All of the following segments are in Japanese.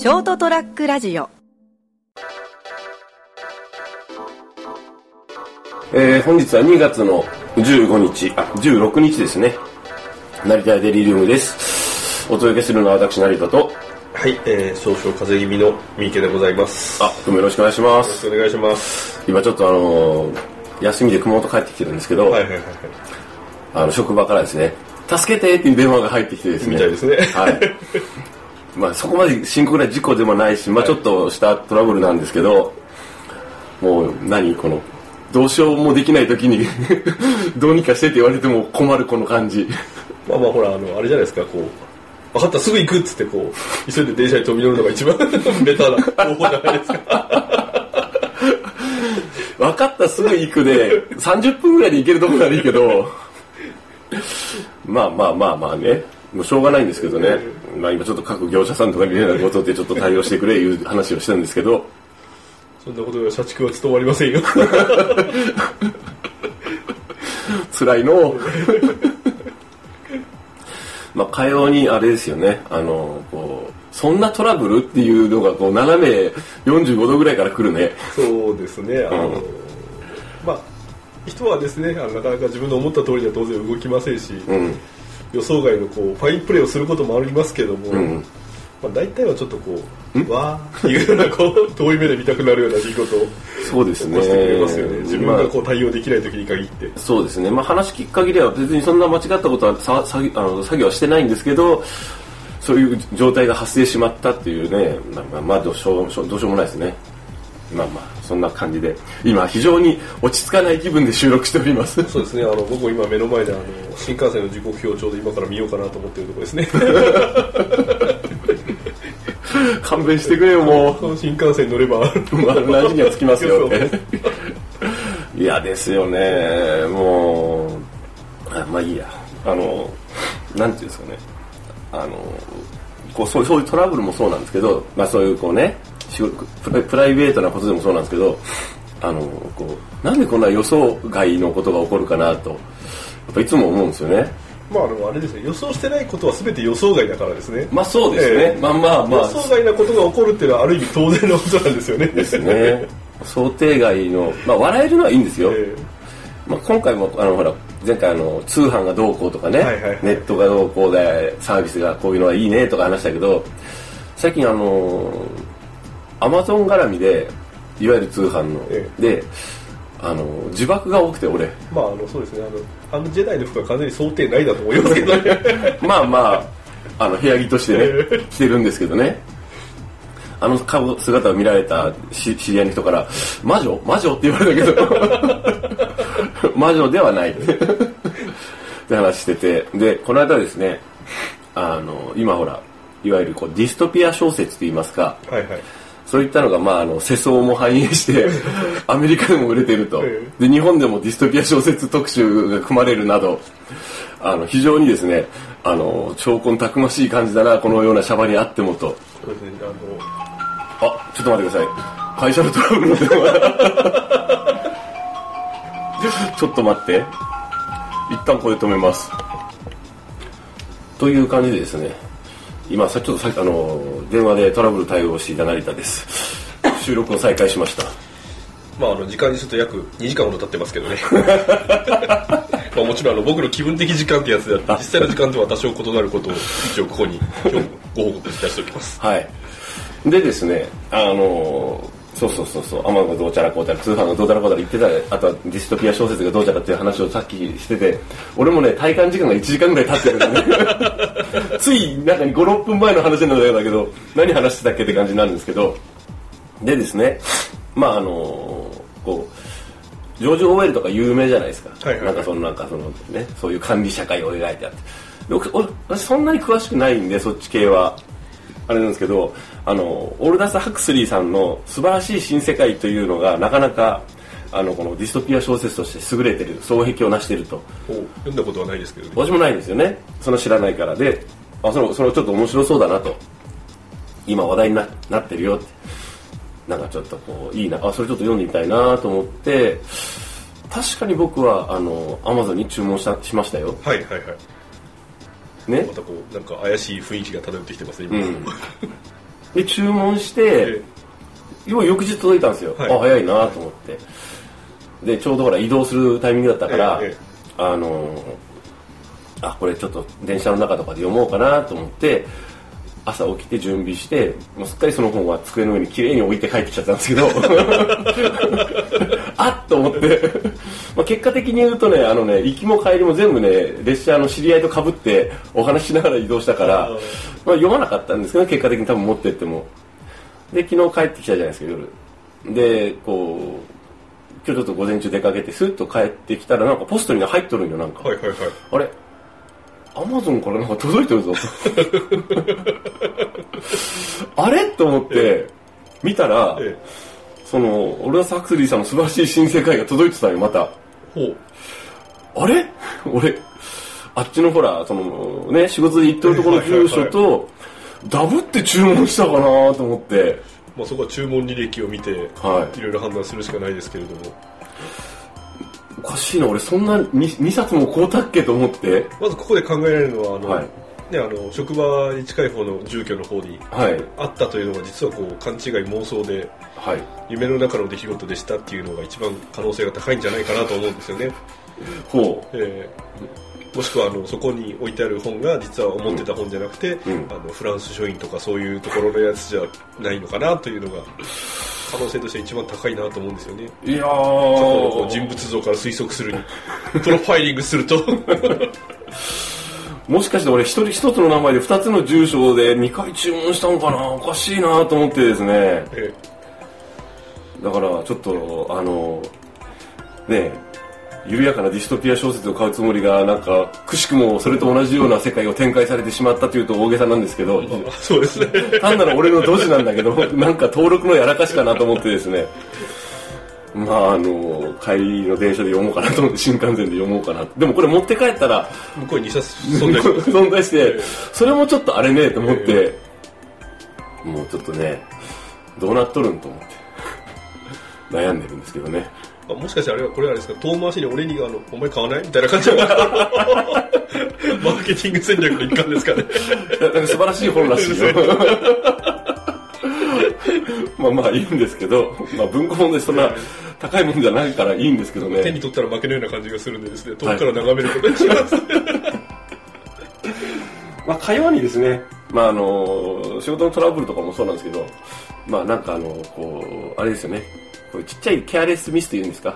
ショートトラックラジオ。 本日は2月の16日ですね。成田デリリウムです。お届けするのは私成田と、 はい、少々風邪気味の三池でございます。 どうもよろしくお願いします。 よろしくお願いします。 今ちょっと休みで熊本帰ってきてるんですけど、 はいはいはいはい、 職場からですね、助けてっていう電話が入ってきてですね。 みたいですね。 はい。まあそこまで深刻な事故でもないし、まあちょっとしたトラブルなんですけど、もうどうしようもできない時にどうにかしてって言われても困るこの感じ。 まあほらあれじゃないですか、分かったすぐ行くっつって急いで電車に飛び乗るのが一番ベタな方法じゃないですか。 分かったすぐ行くで30分ぐらいで行けるとこならいいけど、まあね、もうしょうがないんですけどね。まあ今ちょっと各業者さんとかに連絡を取ってちょっと対応してくれいう話をしたんですけど、 そんなことでは社畜は務まりませんよ。 辛いの。まあかようにあれですよね。そんなトラブルっていうのが斜め45度ぐらいから来るね。 そうですね。まあ人はですね、なかなか自分の思った通りには当然動きませんし、予想外のファインプレーをすることもありますけども、まあ、大体はちょっとわーっていうような遠い目で見たくなるような出来事をそうですね、 起こしてくれますよね。自分が対応できない時に限って。 そうですね。まあ話聞く限りは別にそんな間違ったことは作業はしてないんですけど、そういう状態が発生しまったっていうね、まあどうしようもないですね。まあそんな感じで今非常に落ち着かない気分で収録しております。 そうですね。僕今目の前で新幹線の時刻表をちょうど今から見ようかなと思っているところですね。 勘弁してくれよもう。 この新幹線乗れば何時には着きますよって。嫌ですよね。もうまあいいや。なんていうんですかね。そういうトラブルもそうなんですけど、まあそういうね。プライベートなことでもそうなんですけど、なんでこんな予想外のことが起こるかなとやっぱいつも思うんですよね。 まああれですね、予想してないことは全て予想外だからですね。 まあそうですね。まあ予想外なことが起こるっていうのはある意味当然のことなんですよね。 ですね。想定外の笑えるのはいいんですよ。まあ今回もほら前回通販がどうこうとかね、ネットがどうこうでサービスがこういうのはいいねとか話したけど、最近アマゾン絡みでいわゆる通販の、で自爆が多くて俺まあそうですね、ジェダイの服は完全に想定内だと思いますけどね。 まあ部屋着としてね着てるんですけどね、顔姿を見られた知り合いの人から魔女って言われたけど魔女ではないって話してて、でこの間ですね今ほらいわゆるディストピア小説と言いますか、そういったのが世相も反映してアメリカでも売れていると、で日本でもディストピア小説特集が組まれるなど非常にですね長根たくましい感じだな、このようなシャバにあってもと。 そうですね、 ちょっと待ってください、会社のトラブルの電話ちょっと待って、一旦これ止めますという感じでですね、今ちょっと電話でトラブル対応していた成田です。収録を再開しました。 まあ時間にすると約2時間ほど経ってますけどね。まあもちろん僕の気分的時間ってやつであって、実際の時間とは多少異なることを一応ここに今日ご報告いたしておきます。 はい。でですね、そうアマゾンがどうちゃらこうちゃら、通販がどうちゃらこうちゃら言ってた、あとはディストピア小説がどうちゃらっていう話をさっきしてて、俺もね体感時間が1時間ぐらい経ってるんだね。つい中に 5,6 分前の話なんだけど何話してたっけって感じになるんですけど、でですね、まあジョージ・オーウェルとか有名じゃないですか。そういう管理社会を描いてあって、私そんなに詳しくないんでそっち系はあれなんですけど、オールダス・ハクスリーさんの素晴らしい新世界というのがなかなかこのディストピア小説として優れてる、双璧を成していると。 読んだことはないですけどね。 私もないんですよね、その知らないからで、それちょっと面白そうだなと、今話題に なってるよって、なんかちょっといいな、それちょっと読んでみたいなと思って、確かに僕はAmazon に注文しましたよ。 はいね、 またなんか怪しい雰囲気が漂ってきてますね今。 で注文して、翌日届いたんですよ、はい、早いなと思って。でちょうどほら移動するタイミングだったから、これちょっと電車の中とかで読もうかなと思って朝起きて準備して、もうすっかりその本は机の上に綺麗に置いて帰ってきちゃったんですけどあっと思って結果的に言うとね、行きも帰りも全部ね列車の知り合いと被ってお話しながら移動したから、読まなかったんですけど、結果的に多分持ってっても。で昨日帰ってきたじゃないですか、夜でこう今日ちょっと午前中出かけてスッと帰ってきたらなんかポストに入っとるんよ、なんか、あれアマゾンからなんか届いてるぞあれと思って見たら、そのオルダス・ハクスリーさんの素晴らしい新世界が届いてたよ、また。あれ俺あっちのほらそのね仕事で行ってるところの住所とダブって注文したかなと思って、 そこは注文履歴を見て、いろいろ判断するしかないですけれども、 おかしいな、俺そんな 2冊も買うたっけと思って。まずここで考えられるのは職場に近い方の住居の方にあったというのが実はこう勘違い妄想で、夢の中の出来事でしたっていうのが一番可能性が高いんじゃないかなと思うんですよね。もしくはそこに置いてある本が実は思ってた本じゃなくて、フランス書院とかそういうところのやつじゃないのかなというのが可能性としては一番高いなと思うんですよね。 いやー、人物像から推測するにプロファイリングするともしかして俺一つの名前で2つの住所で2回注文したのかな、おかしいなと思ってですね、だからちょっと緩やかなディストピア小説を買うつもりがなんかくしくもそれと同じような世界を展開されてしまったというと大げさなんですけど、 そうですね、 単なる俺のドジなんだけどなんか登録のやらかしかなと思ってですね、帰りの電車で読もうかなと思って、新幹線で読もうかな。でもこれ持って帰ったら向こうに2冊存在してそれもちょっとあれねと思って、もうちょっとねどうなっとるんと思って悩んでるんですけどね。 もしかしてこれはですか、遠回しに俺にお前買わないみたいな感じのマーケティング戦略の一環ですかね。 なんか素晴らしい本らしいよいいんですけど、文庫本でそんな高いもんじゃないからいいんですけどね。 手に取ったら負けのような感じがするんでですね、遠くから眺めることにします。 会話にですね、仕事のトラブルとかもそうなんですけど、なんかこうあれですよね、こうちっちゃいケアレスミスというんですか、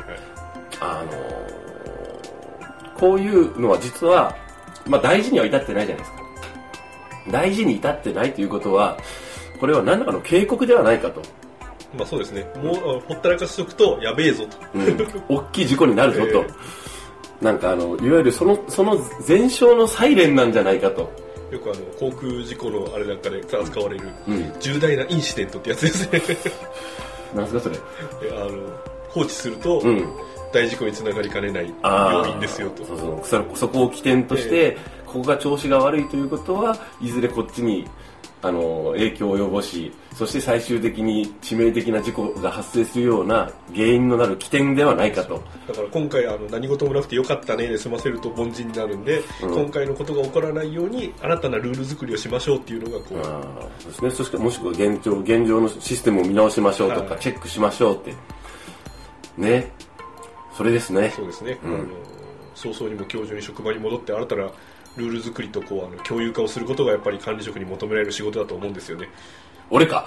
こういうのは実は、大事には至ってないじゃないですか。大事に至ってないということは、これは何らかの警告ではないかと。 そうですね、もうほったらかしておくとやべえぞと、 大きい事故になるぞと、なんかいわゆるその前哨のサイレンなんじゃないかと。 よく航空事故のあれなんかで扱われる、重大なインシデントってやつですね。 なんすかそれ。 放置すると、大事故につながりかねない要因ですよと。 そこを起点として、ここが調子が悪いということはいずれこっちに影響を及ぼし、そして最終的に致命的な事故が発生するような原因のなる起点ではないかと。だから今回何事もなくてよかったねで済ませると凡人になるんで、今回のことが起こらないように新たなルール作りをしましょうっていうのがこう。 そうですね。そしてもしくは現状のシステムを見直しましょうとか、チェックしましょうってね、それですね。 そうですね。早々にも今日中に職場に戻って新たなルール作りと共有化をすることがやっぱり管理職に求められる仕事だと思うんですよね。 俺か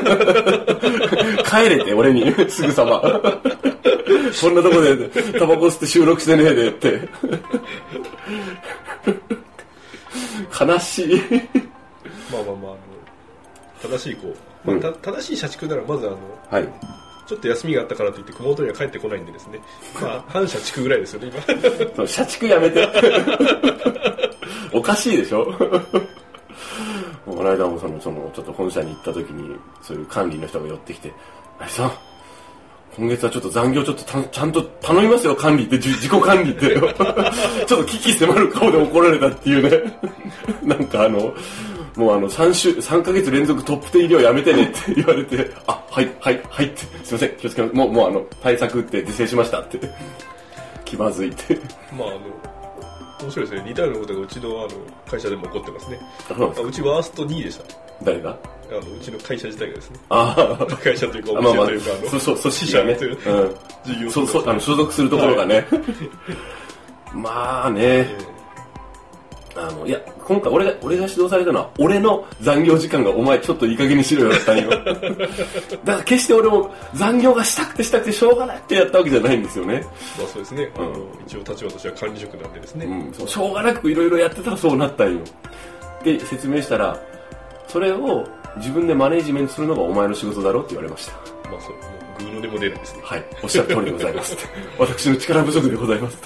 帰れて俺にすぐさまこんなとこでタバコ吸って収録してねえでって悲しい。 正しい正しい社畜ならまずちょっと休みがあったからといって熊本には帰ってこないんでですね、反社畜ぐらいですよね今。社畜やめておかしいでしょこの間もちょっと本社に行った時にそういう管理の人が寄ってきて、あれさん今月はちょっと残業ちゃんと頼みますよ管理って、自己管理ってちょっと危機迫る顔で怒られたっていうねなんかもう3ヶ月連続トップ10入りをやめてねって言われて、はいって、すいません気をつけます、もう対策って是正しましたって気まずいって面白いですね。似たようなことがうちの会社でも起こってますね。うちワースト2位でした。 誰が？ うちの会社自体がですね。 あ会社というかお店というか、 組織がね、 事業所属するところがね。まあね。いや、今回俺が指導されたのは、俺の残業時間がお前ちょっといい加減にしろよだったんよ。だから決して俺も残業がしたくてしょうがないってやったわけじゃないんですよね。 まあそうですね。一応立場としては管理職なんでですね。 しょうがなくいろいろやってたらそうなったんよ。で、説明したら、それを自分でマネージメントするのがお前の仕事だろって言われました。 まあそう、もうグーのでも出ないですね。 はい、おっしゃる通りでございますって。私の力不足でございますって。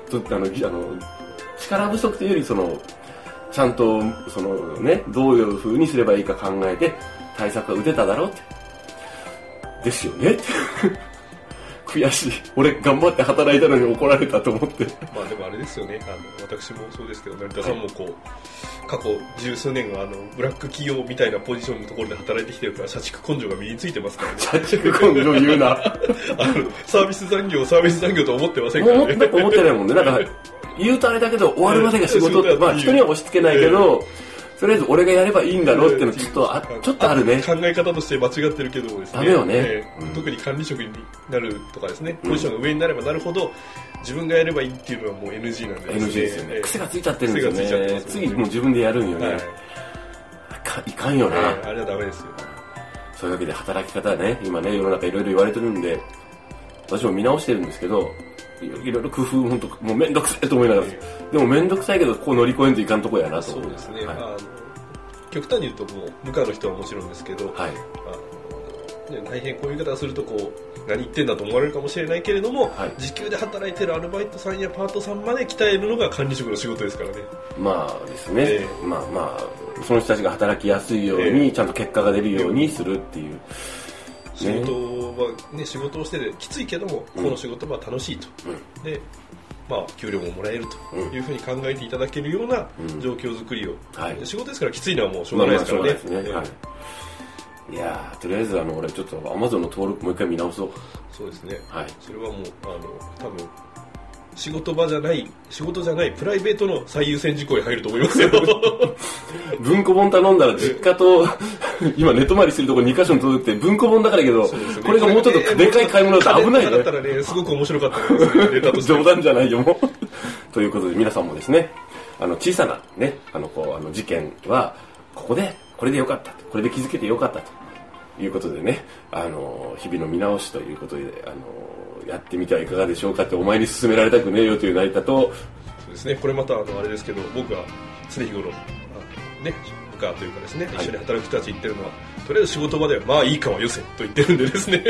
力不足というよりちゃんとどういう風にすればいいか考えて対策が打てただろうってですよねって悔しい。俺頑張って働いたのに怒られたと思って。 まあでもあれですよね。私もそうですけど、成田さんも過去十数年はブラック企業みたいなポジションのところで働いてきてるから社畜根性が身についてますからね。 社畜根性言うな。 サービス残業と思ってませんからね。 思ってないもんね。なんか言うとあれだけど終わるまでが仕事って、まあ人には押し付けないけど、とりあえず俺がやればいいんだろうっていうのちょっとあるね。 考え方として間違ってるけどもですね。 ダメよね。 特に管理職になるとかですね、ポジションが上になればなるほど自分がやればいいっていうのはもう NG なんでですね。NG ですよね。癖がついちゃってるんですよね。次もう自分でやるんよね。いかんよな。 あれはダメですよ。 そういうわけで働き方はね、今ね世の中いろいろ言われてるんで、私も見直してるんですけど。いろいろ工夫、本当もうめんどくさいと思いながら、でもめんどくさいけどこう乗り越えんといかんとこやなと。 そうですね。極端に言うともう部下の人はもちろんですけど、大変こういう言い方をすると何言ってんだと思われるかもしれないけれども、時給で働いてるアルバイトさんやパートさんまで鍛えるのが管理職の仕事ですからね。まあですね。まあその人たちが働きやすいように、ちゃんと結果が出るようにするっていう。 仕事はね、仕事をしててきついけども、この仕事は楽しいと、でまあ給料ももらえるというふうに考えていただけるような状況づくりを、仕事ですからきついのはもうしょうがないですからね。 いやとりあえず俺ちょっと Amazon の登録もう一回見直そう。 そうですね。それはもう多分仕事じゃないプライベートの最優先事項に入ると思いますよ。 文庫本頼んだら実家と今寝泊まりしてるところ2カ所に届いて文庫本だからけど、これがもうちょっとでかい買い物だと危ないね。 だったらね、すごく面白かったですね。ネタとして冗談じゃないよもう。ということで皆さんもですね、小さなね事件はこれでよかった、これで気づけてよかったということでね、日々の見直しということでやってみてはいかがでしょうかって、お前に勧められたくねえよという成田と。 そうですね。これまたあれですけど、僕が常日頃ね、部下というかですね、一緒に働く人たち言ってるのは、とりあえず仕事場ではまあいいかはよせと言ってるんでですね。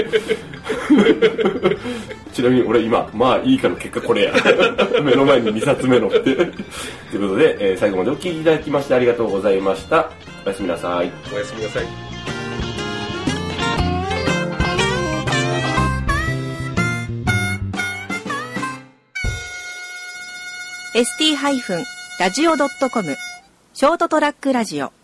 ちなみに俺今まあいいかの結果これや。目の前に2冊目のってということで、最後までお聞きいただきましてありがとうございました。おやすみなさい。 おやすみなさい。 ST-radio.com ショートトラックラジオ